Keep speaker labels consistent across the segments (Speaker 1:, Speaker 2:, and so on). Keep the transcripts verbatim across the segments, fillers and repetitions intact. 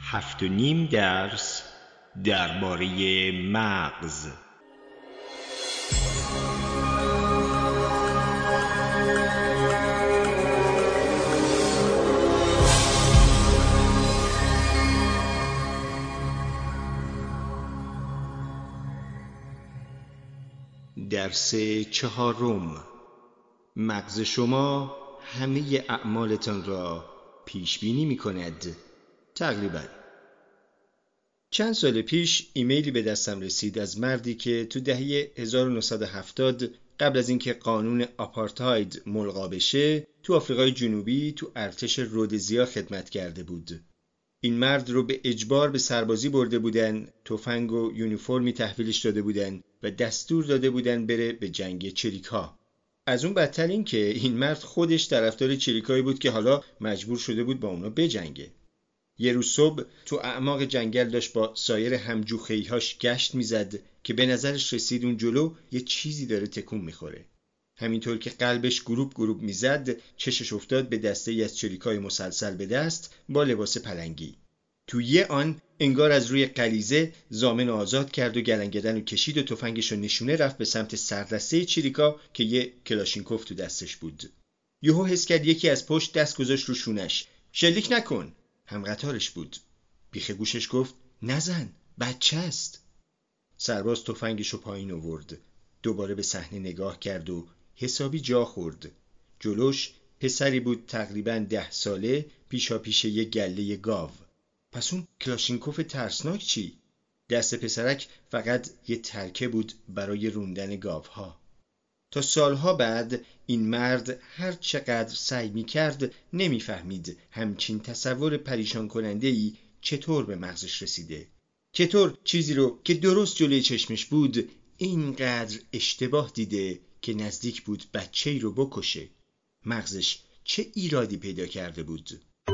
Speaker 1: هفت و نیم درس درباره مغز. درس چهارم. مغز شما همه اعمالتان را پیش بینی می کند. تقریبا. چند سال پیش ایمیلی به دستم رسید از مردی که تو دهه هزار و نهصد و هفتاد قبل از اینکه قانون آپارتاید ملغا بشه تو آفریقای جنوبی تو ارتش رودزیا خدمت کرده بود. این مرد رو به اجبار به سربازی برده بودن، تفنگ و یونیفرمی تحویلش داده بودن و دستور داده بودن بره به جنگ چریک‌ها. از اون بدتر این که این مرد خودش طرفدار چریکایی بود که حالا مجبور شده بود با اونا بجنگه. یه روز صبح تو اعماق جنگل داشت با سایر همجوخی‌هاش گشت میزد که به نظرش رسید اون جلو یه چیزی داره تکون میخوره. همینطور که قلبش گروب گروب میزد چشش افتاد به دسته‌ای از چریکای مسلسل به دست با لباس پلنگی. تو یه آن انگار از روی غریزه ضامن آزاد کرد و گلنگدن رو کشید و تفنگش رو نشونه رفت به سمت سردسته چریکا که یه کلاشینکوف تو دستش بود. یهو حس کرد یکی از پشت دست گذاشت رو شونش. شلیک نکن. هم قطارش بود. بیخ گوشش گفت نزن، بچه است. سرباز تفنگش رو پایین آورد. دوباره به صحنه نگاه کرد و حسابی جا خورد. جلوش پسری بود تقریباً ده ساله پیشا پیش یه گله گاو. پس اون کلاشینکوف ترسناک چی؟ دست پسرک فقط یه ترکه بود برای روندن گاوها. تا سالها بعد این مرد هر چقدر سعی می کرد نمی فهمید همچین تصور پریشان کننده‌ای چطور به مغزش رسیده. چطور چیزی رو که درست جلوی چشمش بود اینقدر اشتباه دیده که نزدیک بود بچه‌ای رو بکشه. مغزش چه ایرادی پیدا کرده بود؟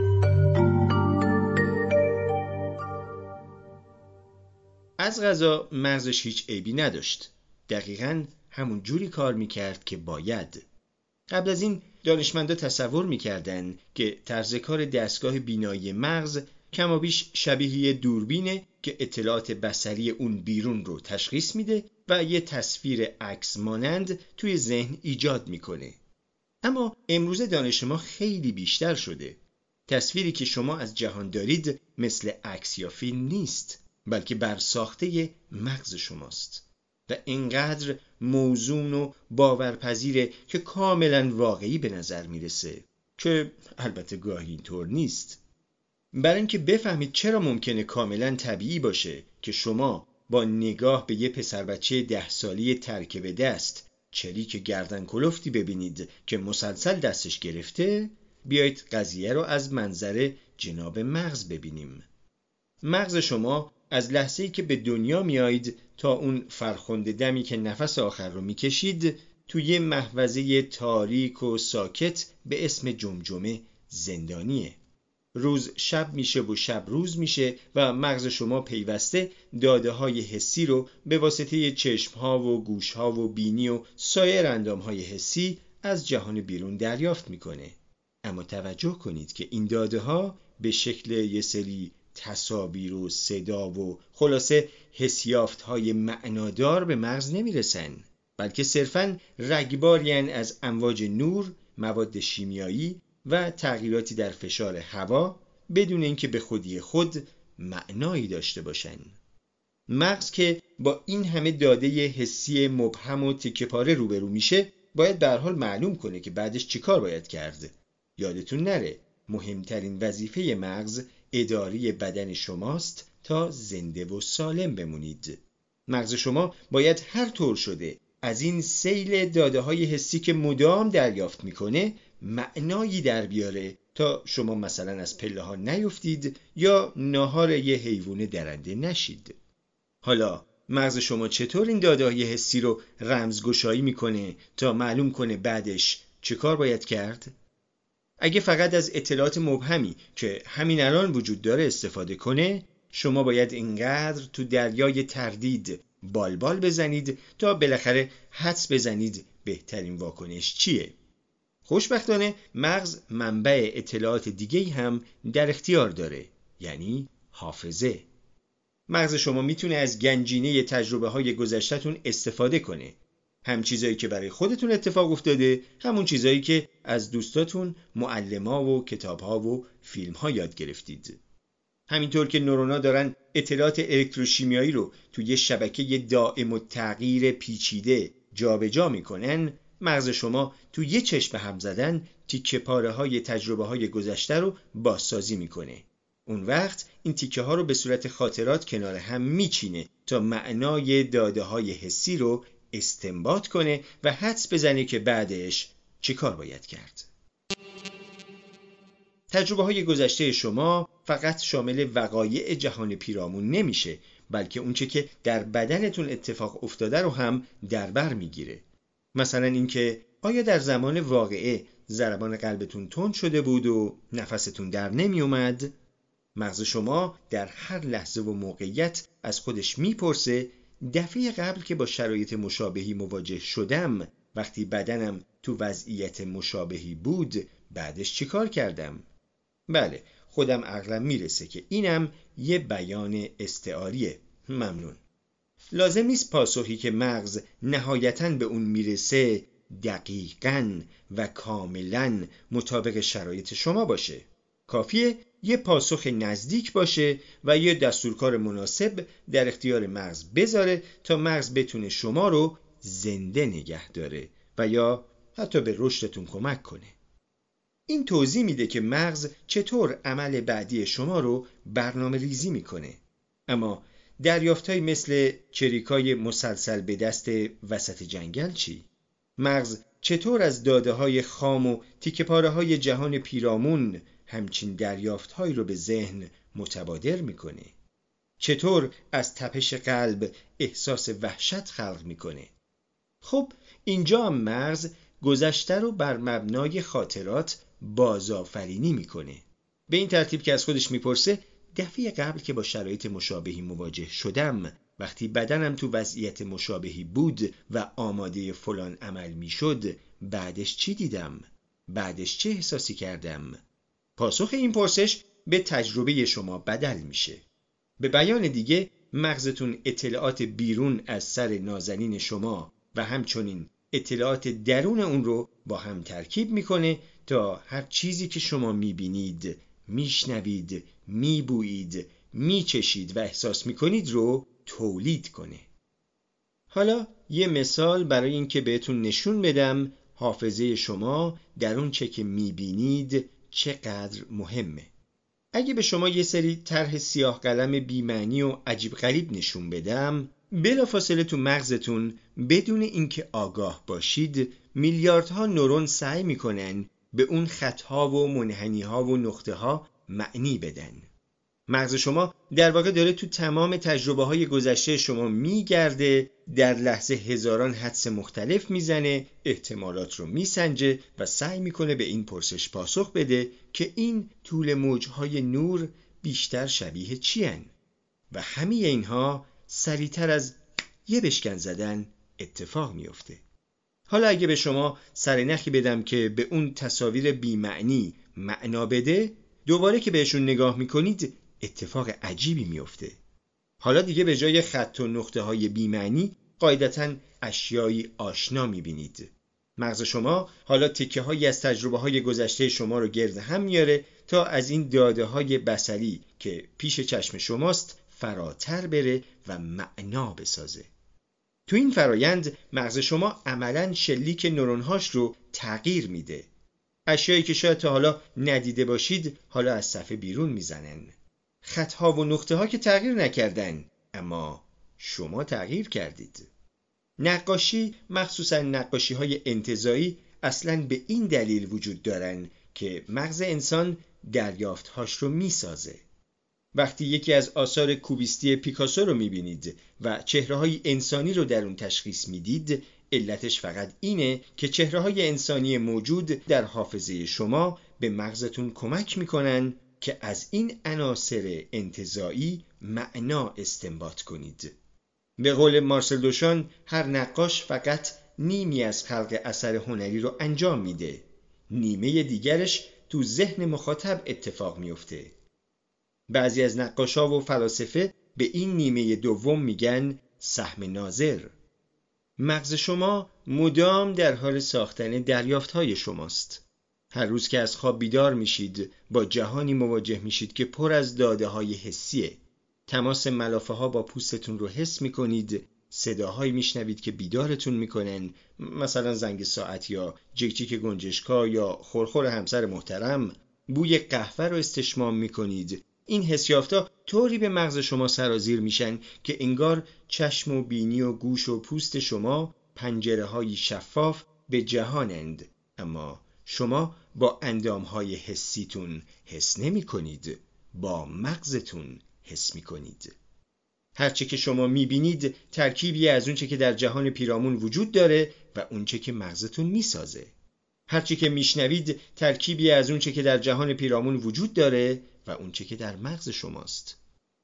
Speaker 1: از قضا مغزش هیچ عیبی نداشت. دقیقاً همون جوری کار میکرد که باید. قبل از این دانشمندا تصور میکردن که طرز کار دستگاه بینایی مغز کمابیش شبیه دوربینه که اطلاعات بصری اون بیرون رو تشخیص میده و یه تصویر عکس مانند توی ذهن ایجاد میکنه. اما امروزه دانش ما خیلی بیشتر شده. تصویری که شما از جهان دارید مثل عکس یا فیلم نیست، بلکه برساخته مغز شماست و اینقدر موزون و باورپذیره که کاملا واقعی به نظر میرسه، که البته گاهی اینطور نیست. برای اینکه بفهمید چرا ممکنه کاملا طبیعی باشه که شما با نگاه به یه پسر بچه ده سالی ترکه دست چریک گردن کلفتی ببینید که مسلسل دستش گرفته، بیایید قضیه رو از منظر جناب مغز ببینیم. مغز شما از لحظه‌ای که به دنیا میایید تا اون فرخنده دمی که نفس آخر رو میکشید توی محوزه تاریک و ساکت به اسم جمجمه زندانیه. روز شب میشه و شب روز میشه و مغز شما پیوسته داده های حسی رو به واسطه چشمها و گوشها و بینی و سایر اندامهای حسی از جهان بیرون دریافت میکنه. اما توجه کنید که این داده ها به شکل یه سری تصاویر و صدا و خلاصه حسیافت های معنادار به مغز نمیرسن، بلکه صرفاً رگبارین از امواج نور، مواد شیمیایی و تغییراتی در فشار هوا بدون اینکه به خودی خود معنایی داشته باشن. مغز که با این همه داده حسی مبهم و تکه پاره روبرو میشه باید به هر حال معلوم کنه که بعدش چیکار باید کرد. یادتون نره مهمترین وظیفه مغز اداره بدن شماست تا زنده و سالم بمونید. مغز شما باید هر طور شده از این سیل داده های حسی که مدام دریافت میکنه معنایی در بیاره تا شما مثلا از پله ها نیفتید یا ناهار یه حیوان درنده نشید. حالا مغز شما چطور این داده های حسی رو رمزگشایی میکنه تا معلوم کنه بعدش چه کار باید کرد؟ اگه فقط از اطلاعات مبهمی که همین الان وجود داره استفاده کنه، شما باید اینقدر تو دریای تردید بالبال بزنید تا بالاخره حدس بزنید بهترین واکنش چیه. خوشبختانه مغز منبع اطلاعات دیگه‌ای هم در اختیار داره، یعنی حافظه. مغز شما میتونه از گنجینه تجربه های گذشته‌تون استفاده کنه. هم چیزایی که برای خودتون اتفاق افتاده، همون چیزایی که از دوستاتون، معلم‌ها و کتاب‌ها و فیلم‌ها یاد گرفتید. همینطور که نورونا دارن اطلاعات الکتروشیمیایی رو توی شبکه دائم التغییر پیچیده جابجا میکنن، مغز شما توی یه چشم هم زدن تیکه پاره های تجربه های گذشته رو بازسازی میکنه. اون وقت این تیکه ها رو به صورت خاطرات کنار هم میچینه تا معنای داده های حسی رو استنباط کنه و حدس بزنه که بعدش چه کار باید کرد. تجربه های گذشته شما فقط شامل وقایع جهان پیرامون نمیشه، بلکه اونچه که در بدنتون اتفاق افتاده رو هم در بر میگیره. مثلا اینکه آیا در زمان واقعه ضربان قلبتون تند شده بود و نفستون در نمی اومد؟ مغز شما در هر لحظه و موقعیت از خودش میپرسه دفعه قبل که با شرایط مشابهی مواجه شدم، وقتی بدنم تو وضعیت مشابهی بود، بعدش چی کار کردم؟ بله، خودم عقلم میرسه که اینم یه بیان استعاریه. ممنون. لازم نیست پاسخی که مغز نهایتاً به اون میرسه دقیقاً و کاملاً مطابق شرایط شما باشه. کافیه یه پاسخ نزدیک باشه و یه دستورکار مناسب در اختیار مغز بذاره تا مغز بتونه شما رو زنده نگه داره و یا حتی به رشدتون کمک کنه. این توضیح میده که مغز چطور عمل بعدی شما رو برنامه ریزی میکنه. اما دریافت‌هایی مثل چریکای مسلسل به دست وسط جنگل چی؟ مغز چطور از داده‌های خام و تیکه‌پاره‌های جهان پیرامون همچین دریافت‌هایی رو به ذهن متبادر میکنه؟ چطور از تپش قلب احساس وحشت خلق میکنه؟ خب اینجا مغز گذشته رو بر مبنای خاطرات بازآفرینی میکنه. به این ترتیب که از خودش میپرسه دفعه قبل که با شرایط مشابهی مواجه شدم، وقتی بدنم تو وضعیت مشابهی بود و آماده فلان عمل میشد، بعدش چی دیدم؟ بعدش چه احساسی کردم؟ پاسخ این پرسش به تجربه شما بدل میشه. به بیان دیگه مغزتون اطلاعات بیرون از سر نازنین شما و همچنین اطلاعات درون اون رو با هم ترکیب میکنه تا هر چیزی که شما میبینید، میشنوید، میبویید، میچشید و احساس میکنید رو تولید کنه. حالا یه مثال برای این که بهتون نشون بدم حافظه شما در اون چه که میبینید چقدر مهمه. اگه به شما یه سری طرح سیاه قلم بی‌معنی و عجیب غریب نشون بدم، بلافاصله تو مغزتون بدون اینکه آگاه باشید میلیاردها نورون سعی میکنن به اون خطها و منحنیها و نقطه‌ها معنی بدن. مغز شما در واقع داره تو تمام تجربه های گذشته شما میگرده، در لحظه هزاران حدس مختلف میزنه، احتمالات رو میسنجه و سعی میکنه به این پرسش پاسخ بده که این طول موجهای نور بیشتر شبیه چی هن؟ و همه اینها سریعتر از یه بشکن زدن اتفاق میفته. حالا اگه به شما سرنخی بدم که به اون تصاویر بی‌معنی معنا بده، دوباره که بهشون نگاه میکنید اتفاق عجیبی میفته. حالا دیگه به جای خط و نقطه های بی‌معنی قاعدتاً اشیایی آشنا میبینید. مغز شما حالا تکه هایی از تجربه های گذشته شما رو گرد هم میاره تا از این داده های بصری که پیش چشم شماست فراتر بره و معنا بسازه. تو این فرایند مغز شما عملاً شلیک نورون‌هاش رو تغییر میده. اشیایی که شاید تا حالا ندیده باشید حالا از صفحه بیرون میزنن. خطها و نقطه ها که تغییر نکردن، اما شما تغییر کردید. نقاشی، مخصوصا نقاشی های انتزاعی، اصلاً به این دلیل وجود دارن که مغز انسان دریافت‌هاش رو میسازه. وقتی یکی از آثار کوبیستی پیکاسو رو میبینید و چهره‌های انسانی رو در اون تشخیص میدید، علتش فقط اینه که چهره‌های انسانی موجود در حافظه شما به مغزتون کمک میکنن که از این عناصر انتزاعی معنا استنباط کنید. به قول مارسل دوشان، هر نقاش فقط نیمی از خلق اثر هنری رو انجام میده، نیمه دیگرش تو ذهن مخاطب اتفاق میفته. بعضی از نقاشا و فلاسفه به این نیمه دوم میگن سهم ناظر. مغز شما مدام در حال ساختن دریافت‌های شماست. هر روز که از خواب بیدار میشید با جهانی مواجه میشید که پر از داده‌های حسیه. تماس ملافه‌ها با پوستتون رو حس میکنید، صداهایی میشنوید که بیدارتون میکنن، مثلا زنگ ساعت یا جیک جیک گنجشکا یا خورخور همسر محترم. بوی قهوه رو استشمام میکنید. این حسیافتا طوری به مغز شما سرازیر میشن که انگار چشم و بینی و گوش و پوست شما پنجره‌های شفاف به جهانند، اما شما با اندام‌های حسیتون حس نمی‌کنید، با مغزتون حس می‌کنید. هرچه که شما می‌بینید ترکیبی از اونچه که در جهان پیرامون وجود داره و اونچه که مغزتون می‌سازه. هرچی که میشنوید ترکیبی از اونچه که در جهان پیرامون وجود داره و اونچه که در مغز شماست.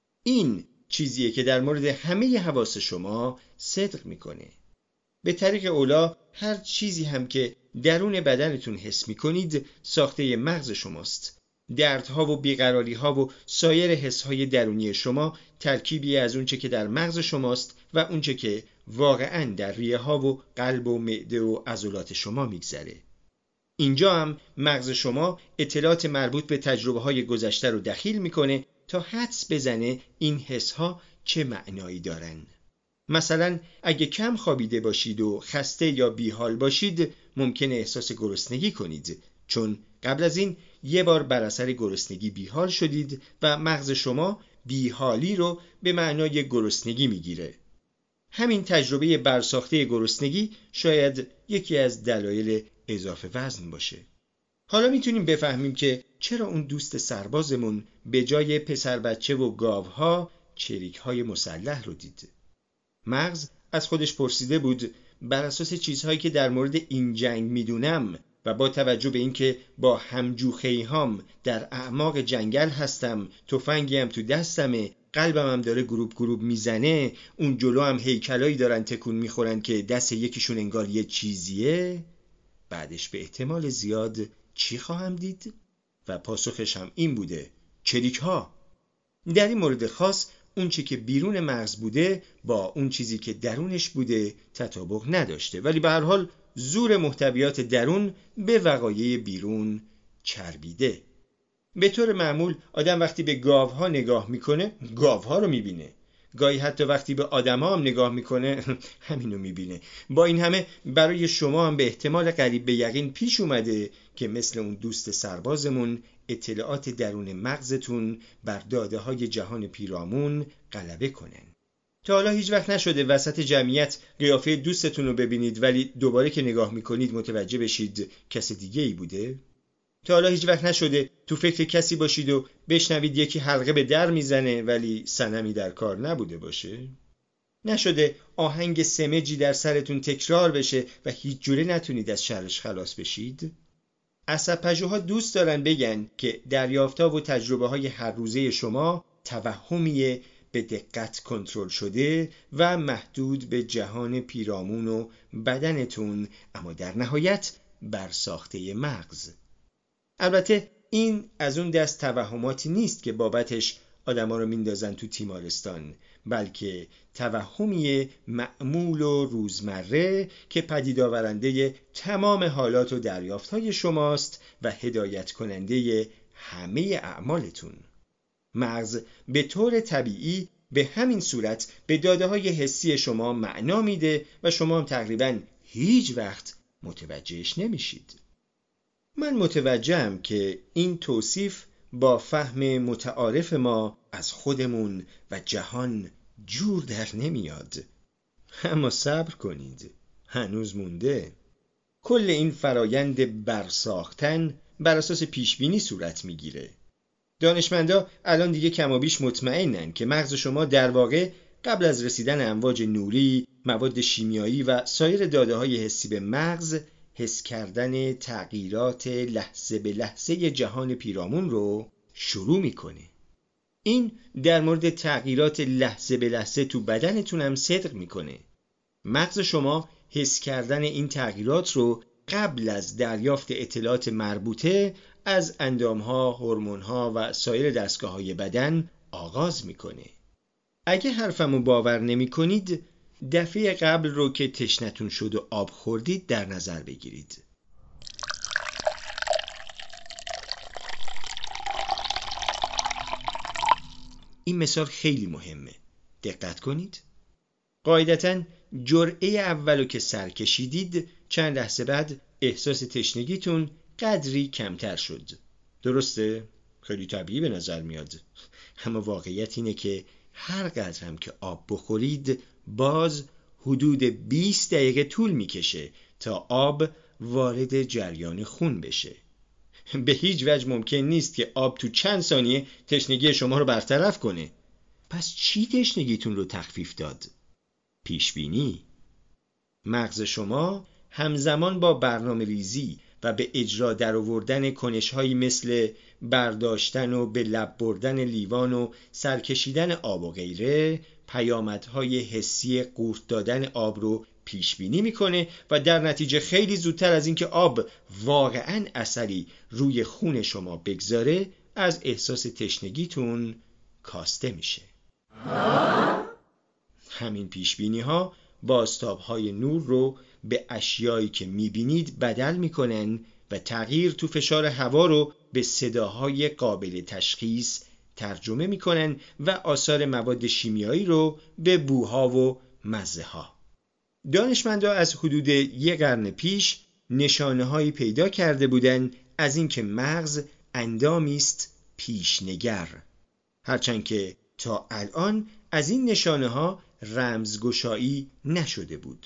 Speaker 1: این چیزیه که در مورد همه حواس شما صدق میکنه. به طریق اولا هر چیزی هم که درون بدنتون حس میکنید ساخته مغز شماست. دردها و بیقراریها و سایر حسهای درونی شما ترکیبی از اونچه که در مغز شماست و اونچه که واقعاً در ریه ها و قلب و معده و عضلات شما میگذره. اینجا هم مغز شما اطلاعات مربوط به تجربه‌های گذشته رو دخیل میکنه تا حدس بزنه این حس‌ها چه معنایی دارن. مثلا اگه کم خوابیده باشید و خسته یا بیحال باشید ممکنه احساس گرسنگی کنید، چون قبل از این یه بار بر اثر گرسنگی بیحال شدید و مغز شما بیحالی رو به معنای گرسنگی میگیره. همین تجربه برساخته گرسنگی شاید یکی از دلایل اضافه وزن باشه. حالا میتونیم بفهمیم که چرا اون دوست سربازمون به جای پسر بچه و گاوها چریک‌های مسلح رو دید. مغز از خودش پرسیده بود بر اساس چیزهایی که در مورد این جنگ میدونم و با توجه به اینکه با همجوخی‌هام در اعماق جنگل هستم، تفنگی هم تو دستمه، قلبم هم داره گروب گروب میزنه، اون جلو هم هیکلایی دارن تکون میخورن که دست یکیشون انگار یه چیزیه، بعدش به احتمال زیاد چی خواهم دید؟ و پاسخش هم این بوده: چریک ها. در این مورد خاص اون چی که بیرون مغز بوده با اون چیزی که درونش بوده تطابق نداشته، ولی به هر حال زور محتویات درون به وقایع بیرون چربیده. به طور معمول آدم وقتی به گاوها نگاه میکنه گاوها رو میبینه، گاهی حتی وقتی به آدم‌ها هم نگاه میکنه همینو میبینه. با این همه برای شما هم به احتمال قریب به یقین پیش اومده که مثل اون دوست سربازمون اطلاعات درون مغزتون بر داده‌های جهان پیرامون غلبه کنن. تا حالا هیچ وقت نشده وسط جمعیت قیافه دوستتون رو ببینید ولی دوباره که نگاه میکنید متوجه بشید کس دیگه ای بوده؟ تا حالا هیچ وقت نشده تو فکر کسی باشید و بشنوید یکی حلقه به در میزنه ولی صنمی در کار نبوده باشه؟ نشده آهنگ سمجی در سرتون تکرار بشه و هیچ جوره نتونید از شرش خلاص بشید؟ عصب‌پژوها دوست دارن بگن که دریافت‌ها و تجربه‌های هر روزه شما توهمیه به دقت کنترل شده و محدود به جهان پیرامون و بدنتون، اما در نهایت برساخته مغز. البته این از اون دست توهماتی نیست که بابتش آدما رو میندازن تو تیمارستان، بلکه توهمی معمول و روزمره که پدید آورنده تمام حالات و دریافت‌های شماست و هدایت کننده همه اعمالتون. مغز به طور طبیعی به همین صورت به داده‌های حسی شما معنا میده و شما هم تقریباً هیچ وقت متوجهش نمیشید. من متوجهم که این توصیف با فهم متعارف ما از خودمون و جهان جور در نمیاد. اما صبر کنید، هنوز مونده. کل این فرایند برساختن بر اساس پیشبینی صورت میگیره. دانشمندا الان دیگه کمابیش مطمئنن که مغز شما در واقع قبل از رسیدن امواج نوری، مواد شیمیایی و سایر داده‌های حسی به مغز، حس کردن تغییرات لحظه به لحظه جهان پیرامون رو شروع میکنه. این در مورد تغییرات لحظه به لحظه تو بدنتون هم صدق میکنه. مغز شما حس کردن این تغییرات رو قبل از دریافت اطلاعات مربوطه از اندامها، هورمون‌ها و سایر دستگاه‌های بدن آغاز میکنه. اگه حرفمو باور نمی کنید، دفعه قبل رو که تشنتون شد و آب خوردید در نظر بگیرید. این مثال خیلی مهمه. دقت کنید. قاعدتاً جرعه اولو که سر کشیدید، چند لحظه بعد احساس تشنگیتون قدری کمتر شد. درسته؟ خیلی طبیعی به نظر میاد. اما واقعیت اینه که هر قدر هم که آب بخورید، باز حدود بیست دقیقه طول میکشه تا آب وارد جریان خون بشه. به هیچ وجه ممکن نیست که آب تو چند ثانیه تشنگی شما رو برطرف کنه. پس چی تشنگیتون رو تخفیف داد؟ پیشبینی. مغز شما همزمان با برنامه ریزی و به اجرا در آوردن کنش‌هایی مثل برداشتن و به لب بردن لیوان و سرکشیدن آب و غیره، پیامدهای حسی قورت دادن آب رو پیش بینی میکنه و در نتیجه خیلی زودتر از اینکه آب واقعاً اثری روی خون شما بگذاره، از احساس تشنگیتون کاسته میشه. همین پیش بینی ها بازتاب‌های نور رو به اشیایی که میبینید بدل میکنن و تغییر تو فشار هوا رو به صداهای قابل تشخیص ترجمه میکنن و آثار مواد شیمیایی رو به بوها و مزه ها. دانشمندان از حدود یک قرن پیش نشانه‌هایی پیدا کرده بودند از اینکه مغز اندامی است پیشنگر، هرچند که تا الان از این نشانه‌ها رمزگشایی نشده بود.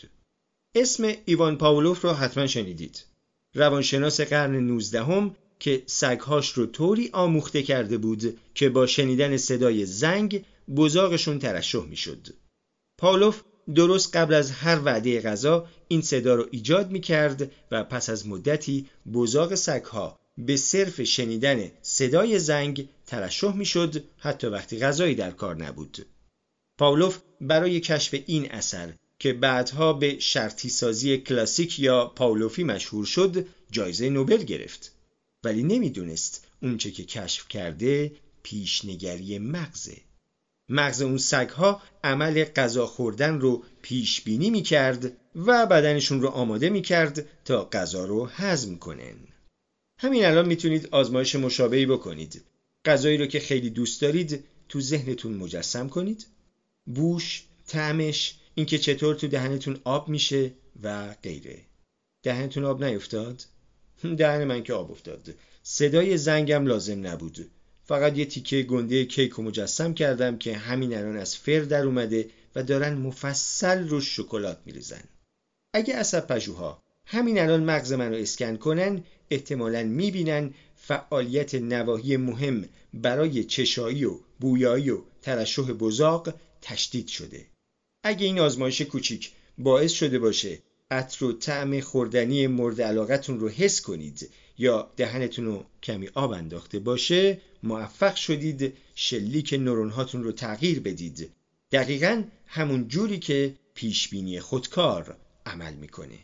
Speaker 1: اسم ایوان پاولوف رو حتما شنیدید. روانشناس قرن نوزدهم که سگ‌هاش رو طوری آموخته کرده بود که با شنیدن صدای زنگ بزاقشون ترشح می‌شد. پاولوف درست قبل از هر وعده غذا این صدا رو ایجاد می‌کرد و پس از مدتی بزاق سگ‌ها به صرف شنیدن صدای زنگ ترشح می‌شد، حتی وقتی غذایی در کار نبود. پاولوف برای کشف این اثر که بعدها به شرطی سازی کلاسیک یا پاولوفی مشهور شد، جایزه نوبل گرفت. ولی نمیدونست اونچه که کشف کرده پیشنگری مغزه. مغز اون سگ‌ها عمل غذا خوردن رو پیش بینی می‌کرد و بدنشون رو آماده می‌کرد تا غذا رو هضم کنن. همین الان میتونید آزمایش مشابهی بکنید. غذایی رو که خیلی دوست دارید تو ذهنتون مجسم کنید. بوش، طعمش، اینکه چطور تو دهنتون آب میشه و غیره. دهنتون آب نیفتاد؟ دهن من که آب افتاد. صدای زنگم لازم نبود. فقط یه تیکه گنده کیک رو مجسم کردم که همین الان از فر در اومده و دارن مفصل رو شکلات میریزن. اگه عصب پژوها همین الان مغز من رو اسکن کنن، احتمالاً میبینن فعالیت نواحی مهم برای چشایی و بویایی و ترشح بزاق تشدید شده. اگه این آزمایش کوچیک باعث شده باشه عطر و طعم خوردنی مورد علاقتون رو حس کنید یا دهنتون رو کمی آب انداخته باشه، موفق شدید شلیک نورون هاتون رو تغییر بدید. دقیقاً همون جوری که پیشبینی خودکار عمل میکنه.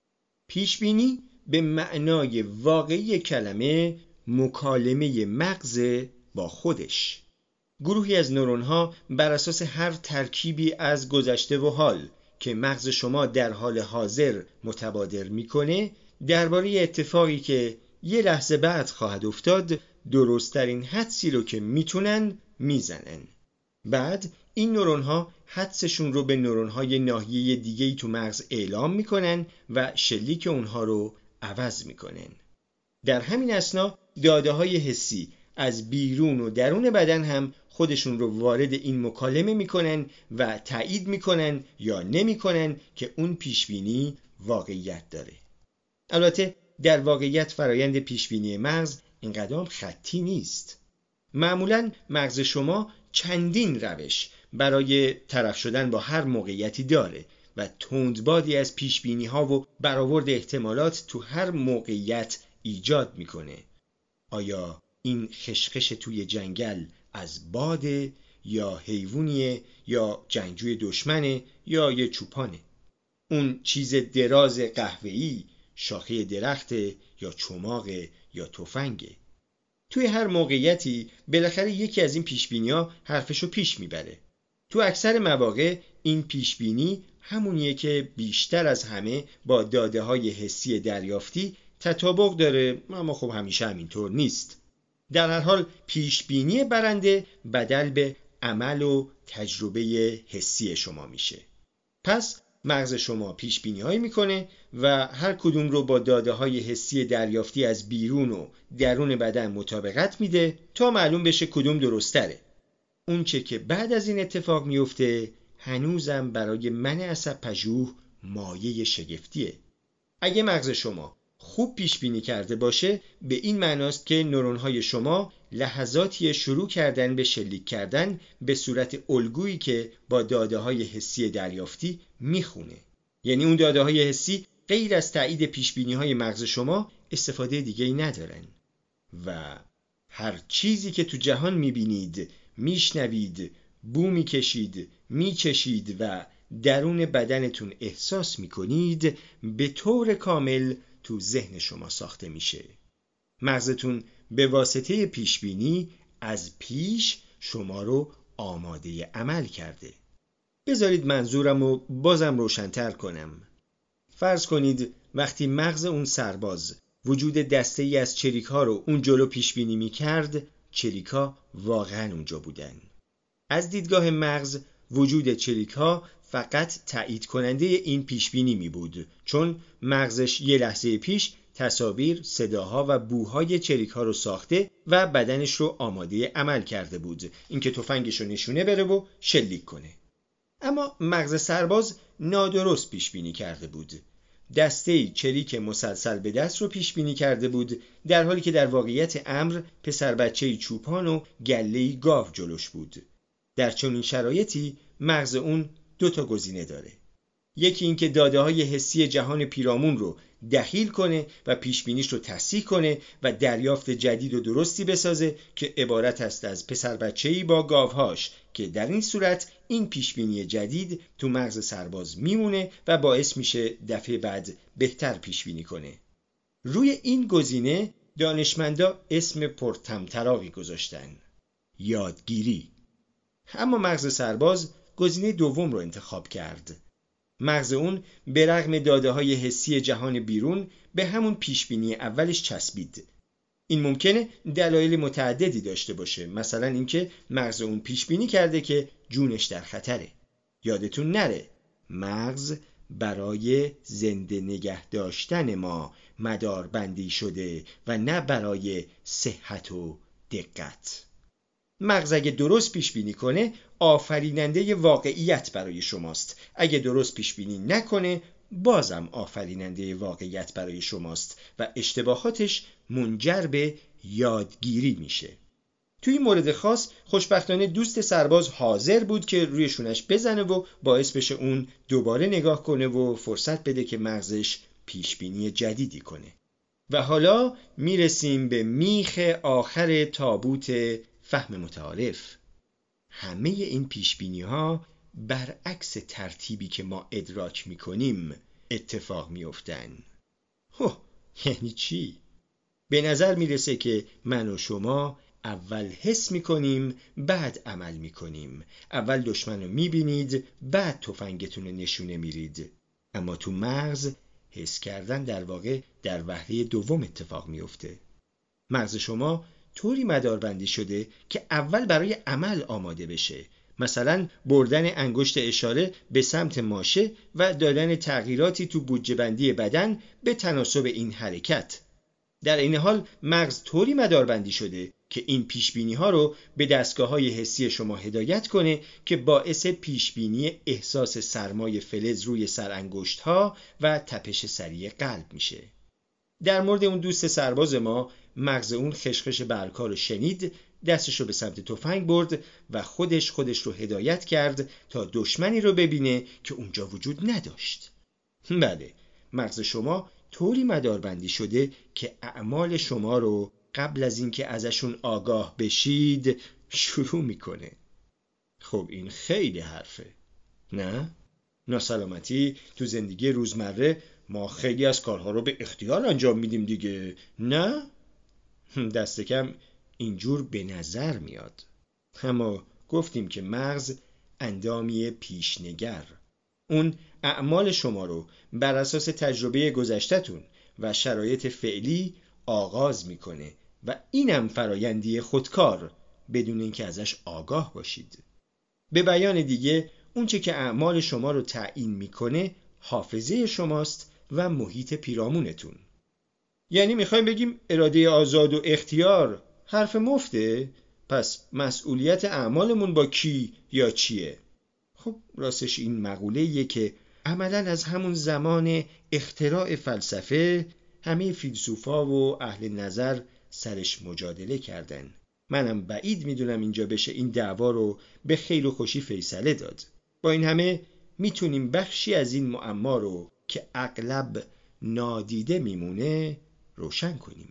Speaker 1: پیشبینی به معنای واقعی کلمه مکالمه مغز با خودش. گروهی از نورون ها بر اساس هر ترکیبی از گذشته و حال که مغز شما در حال حاضر متبادر میکنه، درباره اتفاقی که یه لحظه بعد خواهد افتاد درست‌ترین حدسی رو که میتونن میزنن. بعد این نورون ها حدسشون رو به نورون های ناحیه دیگه‌ای تو مغز اعلام میکنن و شلیک اونها رو عوض میکنن. در همین اثنا داده های حسی از بیرون و درون بدن هم خودشون رو وارد این مکالمه میکنن و تایید میکنن یا نمیکنن که اون پیشبینی واقعیت داره. البته در واقعیت فرایند پیشبینی مغز اینقدر خطی نیست. معمولاً مغز شما چندین روش برای طرف شدن با هر موقعیتی داره و تندبادی از پیشبینی ها و برآورد احتمالات تو هر موقعیت ایجاد میکنه. آیا این خشخش توی جنگل از باده یا حیوانیه یا جنگجوی دشمنه یا یه چوپانه؟ اون چیز دراز قهوه‌ای شاخه درخته یا چماقه یا تفنگه. توی هر موقعیتی بالاخره یکی از این پیشبینی‌ها حرفشو پیش میبره. تو اکثر مواقع این پیشبینی همونیه که بیشتر از همه با داده‌های حسی دریافتی تطابق داره، اما خب همیشه همینطور نیست. در هر حال پیشبینی برنده بدل به عمل و تجربه حسی شما میشه. پس مغز شما پیشبینی‌هایی میکنه و هر کدوم رو با داده‌های حسی دریافتی از بیرون و درون بدن مطابقت میده تا معلوم بشه کدوم درست‌تره. اون چه که بعد از این اتفاق میفته هنوزم برای من عصب‌پژوه مایه شگفتیه. اگه مغز شما خوب پیش بینی کرده باشه به این معناست که نورون‌های شما لحظاتی شروع کردن به شلیک کردن به صورت الگویی که با داده‌های حسی دریافتی میخونه. یعنی اون داده‌های حسی غیر از تایید پیشبینی‌های مغز شما استفاده دیگه‌ای ندارن و هر چیزی که تو جهان میبینید، میشنوید، بو میکشید، میچشید و درون بدنتون احساس میکنید به طور کامل تو ذهن شما ساخته میشه. مغزتون به واسطه پیشبینی از پیش شما رو آماده عمل کرده. بذارید منظورم رو بازم روشن‌تر کنم. فرض کنید وقتی مغز اون سرباز وجود دسته‌ای از چریک‌ها رو اون جلو پیشبینی میکرد، چریک‌ها واقعاً اونجا بودن. از دیدگاه مغز وجود چریک‌ها فقط تایید کننده این پیشبینی می بود، چون مغزش یه لحظه پیش تصاویر، صداها و بوهای چریک‌ها رو ساخته و بدنش رو آماده عمل کرده بود، اینکه تفنگش رو نشونه بره و شلیک کنه. اما مغز سرباز نادرست پیشبینی کرده بود. دسته‌ای چریک مسلسل به دست رو پیشبینی کرده بود، در حالی که در واقعیت امر پسر بچه‌ای چوپان و گله‌ای گاو جلوش بود. در چنین شرایطی مغز اون دو تا گزینه داره. یکی این که داده‌های حسی جهان پیرامون رو دخیل کنه و پیشبینیش رو تصحیح کنه و دریافت جدید و درستی بسازه که عبارت است از پسر بچه‌ای با گاوهاش، که در این صورت این پیشبینی جدید تو مغز سرباز میمونه و باعث میشه دفعه بعد بهتر پیشبینی کنه. روی این گزینه دانشمندا اسم پرطمطراقی گذاشتن: یادگیری. اما مغز سرباز گزینه دوم رو انتخاب کرد. مغز اون به رغم داده‌های حسی جهان بیرون به همون پیشبینی اولش چسبید. این ممکنه دلایل متعددی داشته باشه، مثلا اینکه مغز اون پیشبینی کرده که جونش در خطره. یادتون نره مغز برای زنده نگه داشتن ما مداربندی شده و نه برای صحت و دقت. مغز اگه درست پیش بینی کنه آفریننده واقعیت برای شماست. اگه درست پیش بینی نکنه بازم آفریننده واقعیت برای شماست و اشتباهاتش منجر به یادگیری میشه. توی این مورد خاص خوشبختانه دوست سرباز حاضر بود که روی شونش بزنه و باعث بشه اون دوباره نگاه کنه و فرصت بده که مغزش پیش بینی جدیدی کنه. و حالا میرسیم به میخ آخر تابوت فهم متعارف. همه این پیشبینی ها برعکس ترتیبی که ما ادراک میکنیم اتفاق میافتن. هو، یعنی چی؟ به نظر میرسه که من و شما اول حس میکنیم بعد عمل میکنیم. اول دشمن رو میبینید بعد تفنگتون رو نشونه میرید. اما تو مغز حس کردن در واقع در وهله دوم اتفاق میفته. مغز شما طوری مداربندی شده که اول برای عمل آماده بشه، مثلا بردن انگشت اشاره به سمت ماشه و دادن تغییراتی تو بودجه بندی بدن به تناسب این حرکت. در این حال مغز طوری مداربندی شده که این پیشبینی ها رو به دستگاه های حسی شما هدایت کنه که باعث پیشبینی احساس سرمای فلز روی سر انگشت ها و تپش سریع قلب میشه. در مورد اون دوست سرباز ما، مغز اون خشخش برگ‌ها رو شنید، دستش رو به سمت تفنگ برد و خودش خودش رو هدایت کرد تا دشمنی رو ببینه که اونجا وجود نداشت. بله، مغز شما طوری مداربندی شده که اعمال شما رو قبل از اینکه ازشون آگاه بشید شروع میکنه. خب این خیلی حرفه، نه؟ ناسلامتی تو زندگی روزمره ما خیلی از کارها رو به اختیار انجام میدیم دیگه، نه؟ دست کم اینجور به نظر میاد. اما گفتیم که مغز اندامی پیشنگر. اون اعمال شما رو بر اساس تجربه گذشته‌تون و شرایط فعلی آغاز میکنه و اینم فرایندی خودکار بدون اینکه ازش آگاه باشید. به بیان دیگه اون چه که اعمال شما رو تعیین میکنه حافظه شماست و محیط پیرامونتون. یعنی میخوایم بگیم اراده آزاد و اختیار حرف مفته؟ پس مسئولیت اعمالمون با کی یا چیه؟ خب راستش این مقوله‌ایه که عملاً از همون زمان اختراع فلسفه همه فیلسوفا و اهل نظر سرش مجادله کردن. منم بعید میدونم اینجا بشه این دعوا رو به خیر و خوشی فیصله داد. با این همه میتونیم بخشی از این معما رو که اغلب نادیده میمونه روشن کنیم.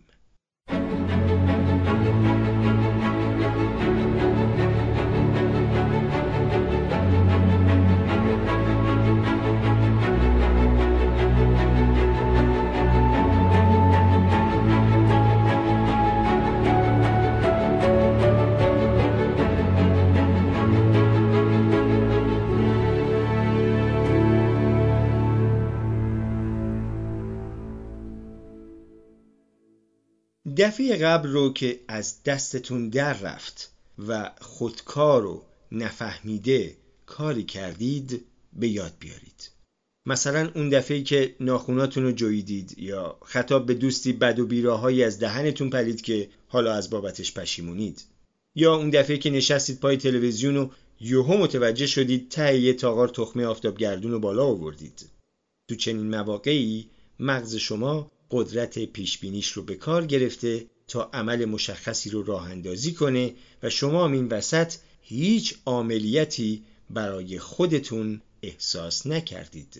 Speaker 1: دفعه قبل رو که از دستتون در رفت و خودکار و نفهمیده کاری کردید به یاد بیارید. مثلا اون دفعه‌ای که ناخوناتون رو جویدید یا خطاب به دوستی بد و بیراهایی از دهنتون پرید که حالا از بابتش پشیمونید، یا اون دفعه‌ای که نشستید پای تلویزیون و یهو متوجه شدید ته یه تاغار تخمه آفتابگردون رو بالا آوردید. تو چنین مواقعی مغز شما قدرت پیشبینیش رو به کار گرفته تا عمل مشخصی رو راه اندازی کنه و شما هم این وسط هیچ عاملیتی برای خودتون احساس نکردید.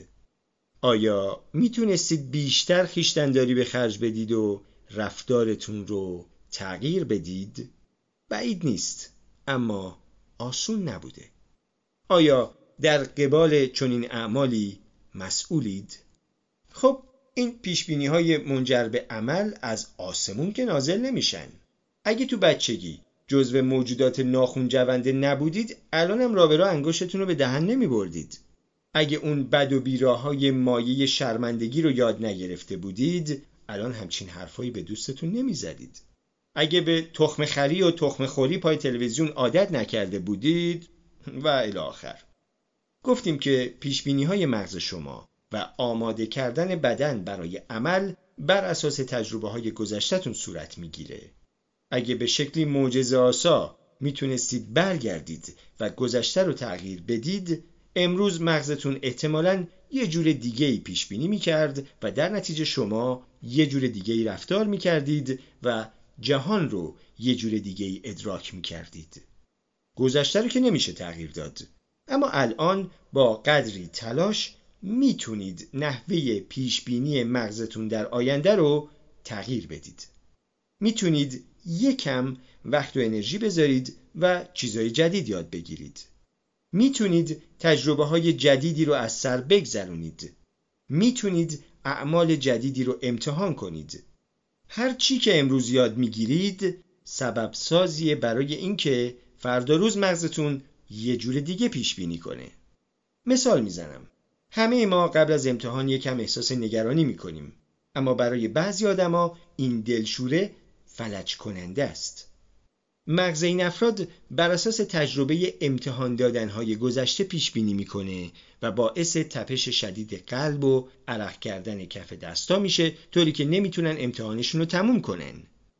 Speaker 1: آیا میتونستید بیشتر خویشتن‌داری به خرج بدید و رفتارتون رو تغییر بدید؟ بعید نیست، اما آسون نبوده. آیا در قبال چنین اعمالی مسئولید؟ خب این پیشبینی‌های منجر به عمل از آسمون که نازل نمیشن. اگه تو بچگی جزو موجودات ناخون جونده نبودید، الانم راه به راه انگشتتون رو به دهن نمیبردید. اگه اون بد و بیراهای مایه شرمندگی رو یاد نگرفته بودید، الان همچین حرفایی به دوستتون نمیزدید. اگه به تخم خری و تخم خوری پای تلویزیون عادت نکرده بودید و الی آخر. گفتیم که پیشبینی‌های مغز شما و آماده کردن بدن برای عمل بر اساس تجربه های گذشته‌تون صورت میگیره. اگه به شکلی معجزه‌آسا میتونستید برگردید و گذشته رو تغییر بدید، امروز مغزتون احتمالاً یه جور دیگه‌ای پیش بینی میکرد و در نتیجه شما یه جور دیگه‌ای رفتار میکردید و جهان رو یه جور دیگه‌ای ادراک میکردید. گذشته رو که نمیشه تغییر داد، اما الان با قدری تلاش میتونید نحوه پیشبینی مغزتون در آینده رو تغییر بدید. میتونید یکم وقت و انرژی بذارید و چیزای جدید یاد بگیرید. میتونید تجربه های جدیدی رو از سر بگذرونید. میتونید اعمال جدیدی رو امتحان کنید. هر چی که امروز یاد میگیرید سبب سازیه برای اینکه فردا روز مغزتون یه جور دیگه پیش بینی کنه. مثال میزنم. همه ما قبل از امتحان یکم احساس نگرانی میکنیم، اما برای بعضی آدما این دلشوره فلج کننده است. مغز این افراد بر اساس تجربه امتحان دادنهای گذشته پیش بینی میکنه و باعث تپش شدید قلب و عرق کردن کف دستا میشه، طوری که نمیتونن امتحانشون رو تموم کنن.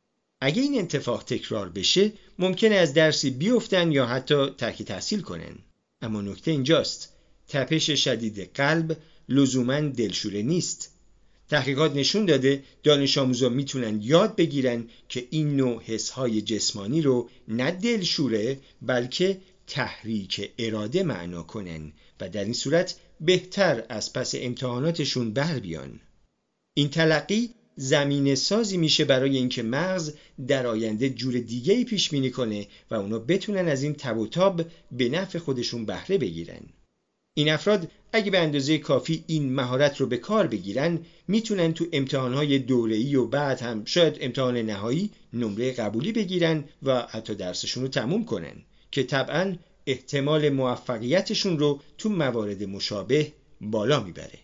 Speaker 1: اگه این اتفاق تکرار بشه ممکنه از درسی بیفتن یا حتی ترک تحصیل کنن. اما نکته اینجاست، تپش شدید قلب لزوماً دلشوره نیست. تحقیقات نشون داده دانش آموزا میتونن یاد بگیرن که این نوع حسهای جسمانی رو نه دلشوره بلکه تحریک اراده معنا کنن و در این صورت بهتر از پس امتحاناتشون بر بیان. این تلقی زمینه سازی میشه برای اینکه مغز در آینده جور دیگه‌ای پیش بینی کنه و اونا بتونن از این تب و تاب به نفع خودشون بهره بگیرن. این افراد اگه به اندازه کافی این مهارت رو به کار بگیرن میتونن تو امتحانهای دوره‌ای و بعد هم شاید امتحان نهایی نمره قبولی بگیرن و حتی درسشون رو تموم کنن که طبعاً احتمال موفقیتشون رو تو موارد مشابه بالا میبره.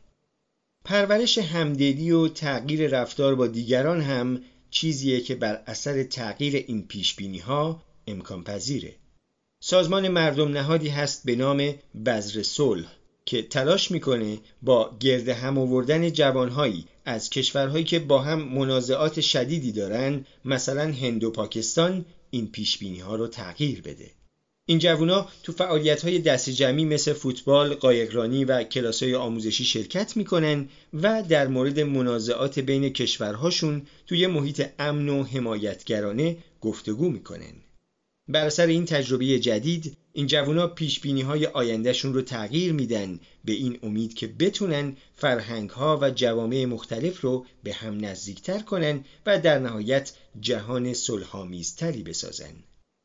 Speaker 1: پرورش همدلی و تغییر رفتار با دیگران هم چیزیه که بر اثر تغییر این پیشبینی‌ها امکان پذیره. سازمان مردم نهادی هست به نام بذر صلح که تلاش میکنه با گرد هم آوردن جوانهایی از کشورهایی که با هم منازعات شدیدی دارن، مثلا هند و پاکستان، این پیشبینی‌ها رو تغییر بده. این جوونا تو فعالیت‌های دست جمعی مثل فوتبال، قایقرانی و کلاس‌های آموزشی شرکت میکنن و در مورد منازعات بین کشورهاشون توی محیط امن و حمایتگرانه گفتگو میکنن. بر اثر این تجربه جدید این جوونا پیشبینی‌های آیندهشون رو تغییر میدن به این امید که بتونن فرهنگ‌ها و جوامع مختلف رو به هم نزدیکتر کنن و در نهایت جهان صلح‌آمیزتری بسازن.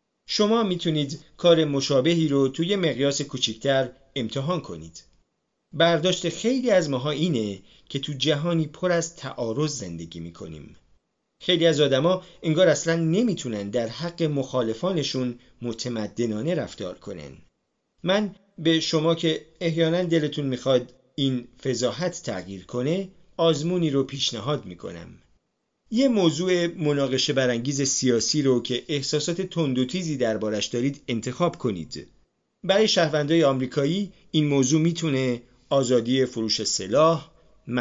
Speaker 1: شما میتونید کار مشابهی رو توی مقیاس کوچکتر امتحان کنید. برداشت خیلی از ماها اینه که تو جهانی پر از تعارض زندگی میکنیم. خیلی از آدما انگار اصلا نمیتونن در حق مخالفانشون متمدنانه رفتار کنن. من به شما که احیانا دلتون میخواد این فضاحت تغییر کنه آزمونی رو پیشنهاد میکنم. یه موضوع مناقشه برانگیز سیاسی رو که احساسات تند و تیزی دربارش دارید انتخاب کنید. برای شهروندای آمریکایی این موضوع میتونه آزادی فروش سلاح،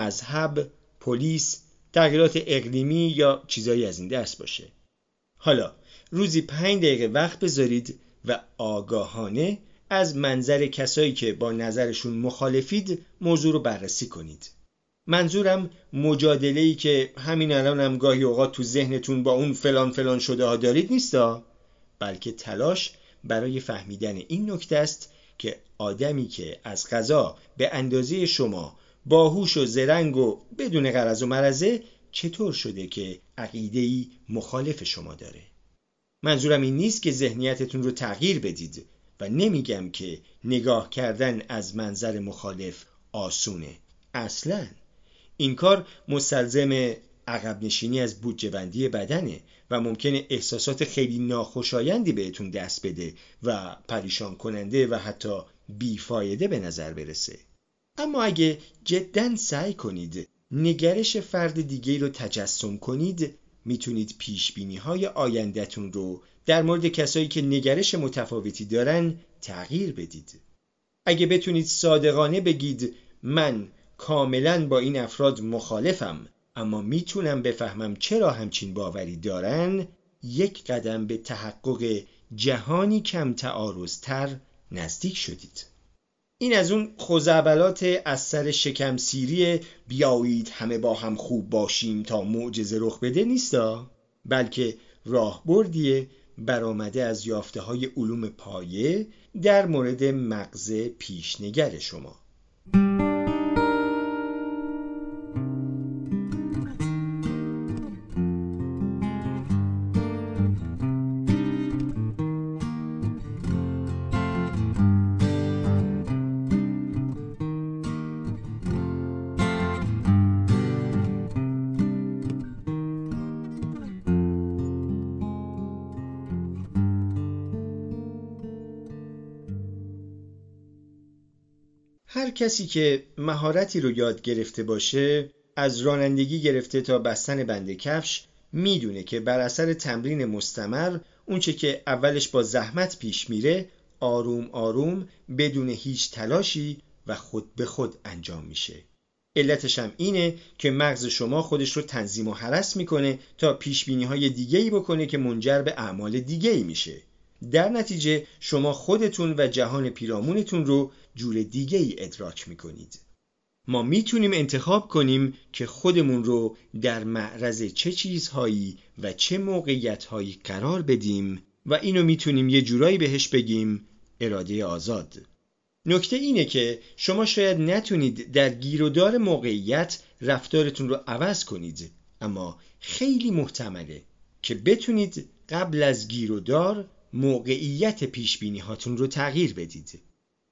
Speaker 1: مذهب، پلیس، تغییرات اقلیمی یا چیزایی از این دست باشه. حالا روزی پنج دقیقه وقت بذارید و آگاهانه از منظر کسایی که با نظرشون مخالفید موضوع رو بررسی کنید. منظورم مجادله‌ای که همین الان هم گاهی اوقات تو ذهنتون با اون فلان فلان شده ها دارید نیستا، بلکه تلاش برای فهمیدن این نکته است که آدمی که از قضا به اندازه شما باهوش و زرنگ و بدون غرض و مرضه چطور شده که عقیده‌ای مخالف شما داره. منظورم این نیست که ذهنیتتون رو تغییر بدید و نمیگم که نگاه کردن از منظر مخالف آسونه. اصلاً این کار مستلزم عقب نشینی از بودجه بندی بدنه و ممکنه احساسات خیلی ناخوشایندی بهتون دست بده و پریشان کننده و حتی بیفایده به نظر برسه. اما اگه جداً سعی کنید نگرش فرد دیگه رو تجسم کنید، میتونید پیشبینی‌های آینده‌تون رو در مورد کسایی که نگرش متفاوتی دارن تغییر بدید. اگه بتونید صادقانه بگید من کاملاً با این افراد مخالفم اما میتونم بفهمم چرا همچین باوری دارن، یک قدم به تحقق جهانی کم تعارض‌تر نزدیک شدید. این از اون خزعبلات از سر شکم سیری بیایید همه با هم خوب باشیم تا معجزه رخ بده نیستا، بلکه راهبردیه برآمده از یافته‌های علوم پایه در مورد مغز پیشنگر شما. هر کسی که مهارتی رو یاد گرفته باشه، از رانندگی گرفته تا بستن بند کفش، میدونه که بر اثر تمرین مستمر اونچه که اولش با زحمت پیش میره آروم آروم بدون هیچ تلاشی و خود به خود انجام میشه. علتش هم اینه که مغز شما خودش رو تنظیم و هرس میکنه تا پیشبینی‌های دیگه‌ای بکنه که منجر به اعمال دیگه‌ای میشه. در نتیجه شما خودتون و جهان پیرامونتون رو جور دیگه‌ای ادراک میکنید. ما میتونیم انتخاب کنیم که خودمون رو در معرض چه چیزهایی و چه موقعیت‌هایی قرار بدیم و اینو میتونیم یه جورایی بهش بگیم اراده آزاد. نکته اینه که شما شاید نتونید در گیر و دار موقعیت رفتارتون رو عوض کنید، اما خیلی محتمله که بتونید قبل از گیر و دار موقعیت پیشبینی هاتون رو تغییر بدید.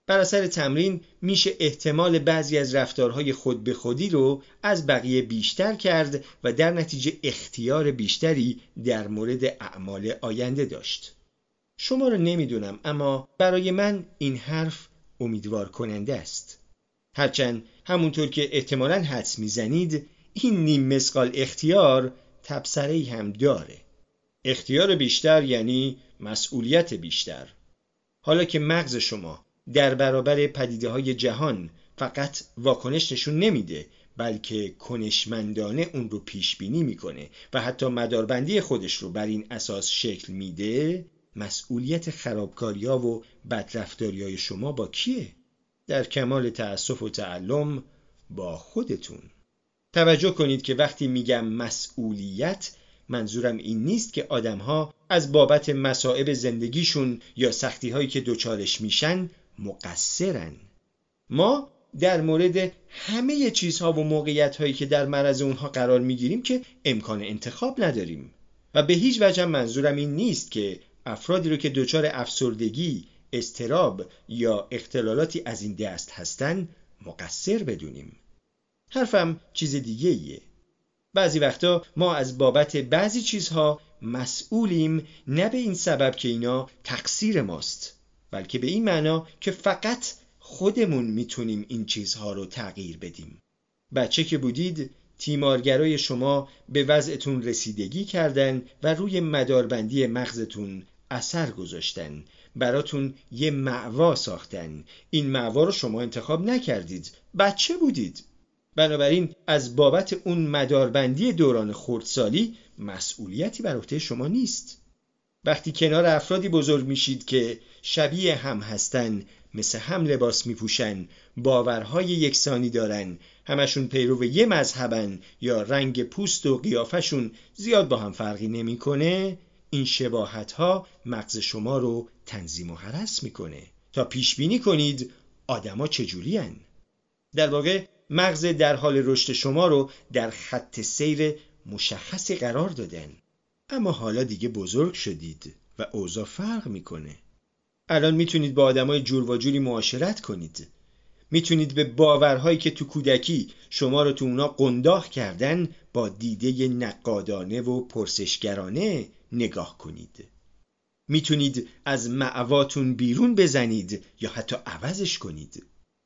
Speaker 1: بر اثر تمرین میشه احتمال بعضی از رفتارهای خود به خودی رو از بقیه بیشتر کرد و در نتیجه اختیار بیشتری در مورد اعمال آینده داشت. شما رو نمیدونم، اما برای من این حرف امیدوار کننده است. هرچند همونطور که احتمالاً حدس میزنید این نیم مسقال اختیار تبصره‌ای هم داره. اختیار بیشتر یعنی مسئولیت بیشتر. حالا که مغز شما در برابر پدیده‌های جهان فقط واکنش نشون نمیده، بلکه کنشمندانه اون رو پیش بینی میکنه و حتی مداربندی خودش رو بر این اساس شکل میده، مسئولیت خرابکاری‌ها و بدرفتاری‌های شما با کیه؟ در کمال تأسف و تعلم با خودتون. توجه کنید که وقتی میگم مسئولیت، منظورم این نیست که آدم‌ها از بابت مصائب زندگیشون یا سختی‌هایی که دوچارش میشن مقصرن. ما در مورد همه چیزها و موقعیت‌هایی که در معرض اونها قرار میگیریم که امکان انتخاب نداریم و به هیچ وجه منظورم این نیست که افرادی رو که دچار افسردگی، اضطراب یا اختلالاتی از این دست هستن مقصر بدونیم. حرفم چیز دیگه ایه. بعضی وقتا ما از بابت بعضی چیزها مسئولیم، نه به این سبب که اینا تقصیر ماست، بلکه به این معنا که فقط خودمون میتونیم این چیزها رو تغییر بدیم. بچه که بودید، تیمارگرای شما به وضعتون رسیدگی کردن و روی مداربندی مغزتون اثر گذاشتن، براتون یه مأوا ساختن. این مأوا رو شما انتخاب نکردید، بچه بودید. بنابراین از بابت اون مداربندی دوران خردسالی مسئولیتی بر عهده شما نیست. وقتی کنار افرادی بزرگ میشید که شبیه هم هستن، مثل هم لباس میپوشن، باورهای یکسانی دارن، همشون پیرو یه مذهبن یا رنگ پوست و قیافشون زیاد با هم فرقی نمیکنه، این شباهت‌ها مغز شما رو تنظیم و هرس میکنه تا پیش بینی کنید آدما چجوری هن. در واقع مغز در حال رشد شما رو در خط سیر مشخصی قرار دادن. اما حالا دیگه بزرگ شدید و اوضاع فرق میکنه. الان میتونید با آدمای جور و جوری معاشرت کنید. میتونید به باورهایی که تو کودکی شما رو تو اونا قنداق کردن با دیده نقادانه و پرسشگرانه نگاه کنید. میتونید از مأواتون بیرون بزنید یا حتی عوضش کنید.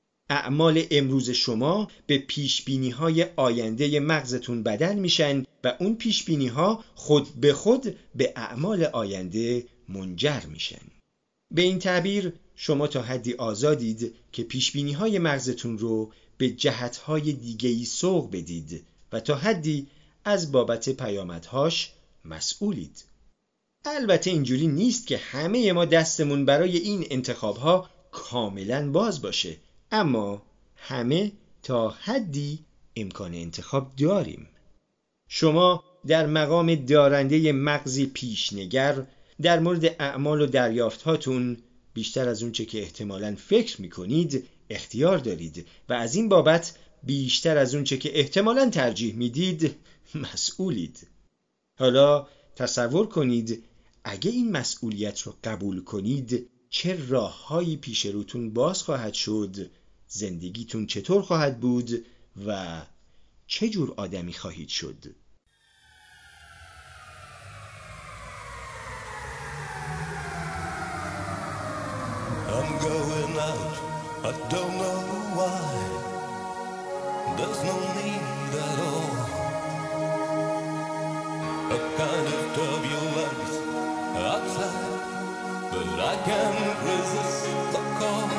Speaker 1: اعمال امروز شما به پیشبینی‌های آینده مغزتون بدل میشن و اون پیشبینی‌ها خود به خود به اعمال آینده منجر میشن. به این تعبیر شما تا حدی آزادید که پیشبینی‌های مغزتون رو به جهت‌های دیگه‌ای سوق بدید و تا حدی از بابت پیامدهاش مسئولید. البته اینجوری نیست که همه ما دستمون برای این انتخاب‌ها کاملاً باز باشه، اما همه تا حدی امکان انتخاب داریم. شما در مقام دارنده مغزی پیشنگر در مورد اعمال و دریافت‌هاتون بیشتر از اون چه که احتمالاً فکر می‌کنید اختیار دارید و از این بابت بیشتر از اون چه که احتمالاً ترجیح میدید مسئولید. حالا تصور کنید اگه این مسئولیت رو قبول کنید چه راه‌هایی پیش روتون باز خواهد شد، زندگیتون چطور خواهد بود و چه جور آدمی خواهید شد.
Speaker 2: I'm going out, I don't know why. There's no need at all. A kind of turbulence outside, but I can't resist the call.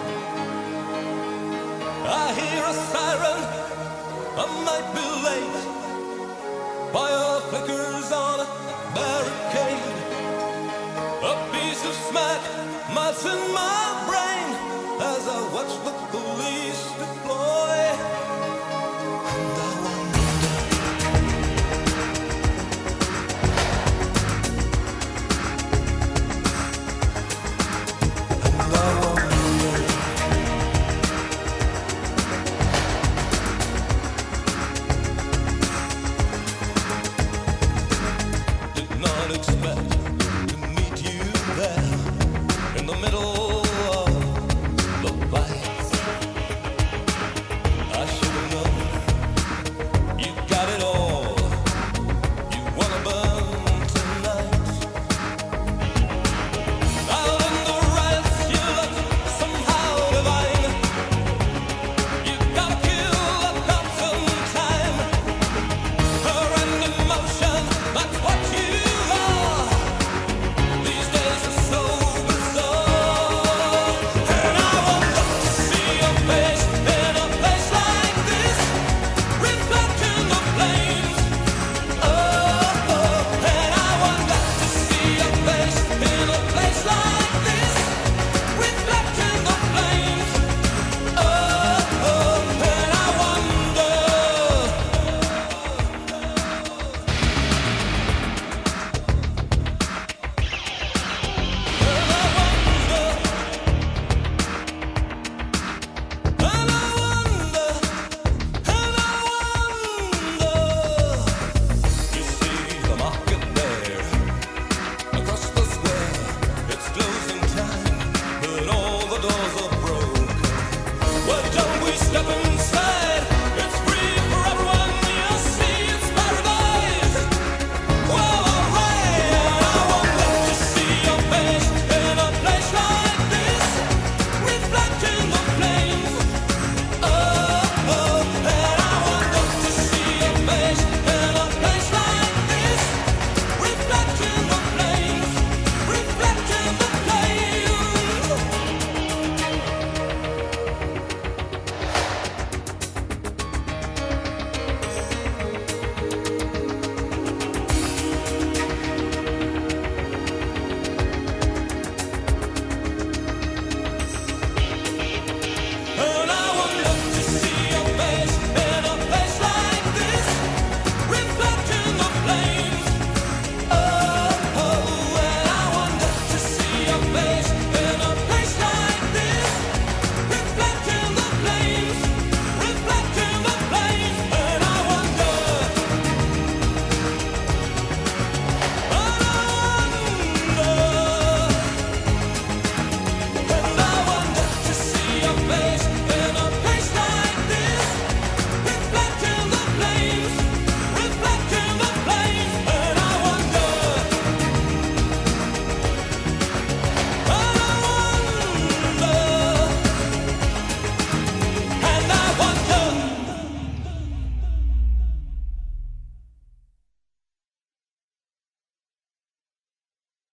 Speaker 2: I hear a siren, I might be late. Fire flickers on a barricade. A piece of smack melts in my brain as I watch the police deploy. And I wonder, and I wonder, did not expect to meet you there in the middle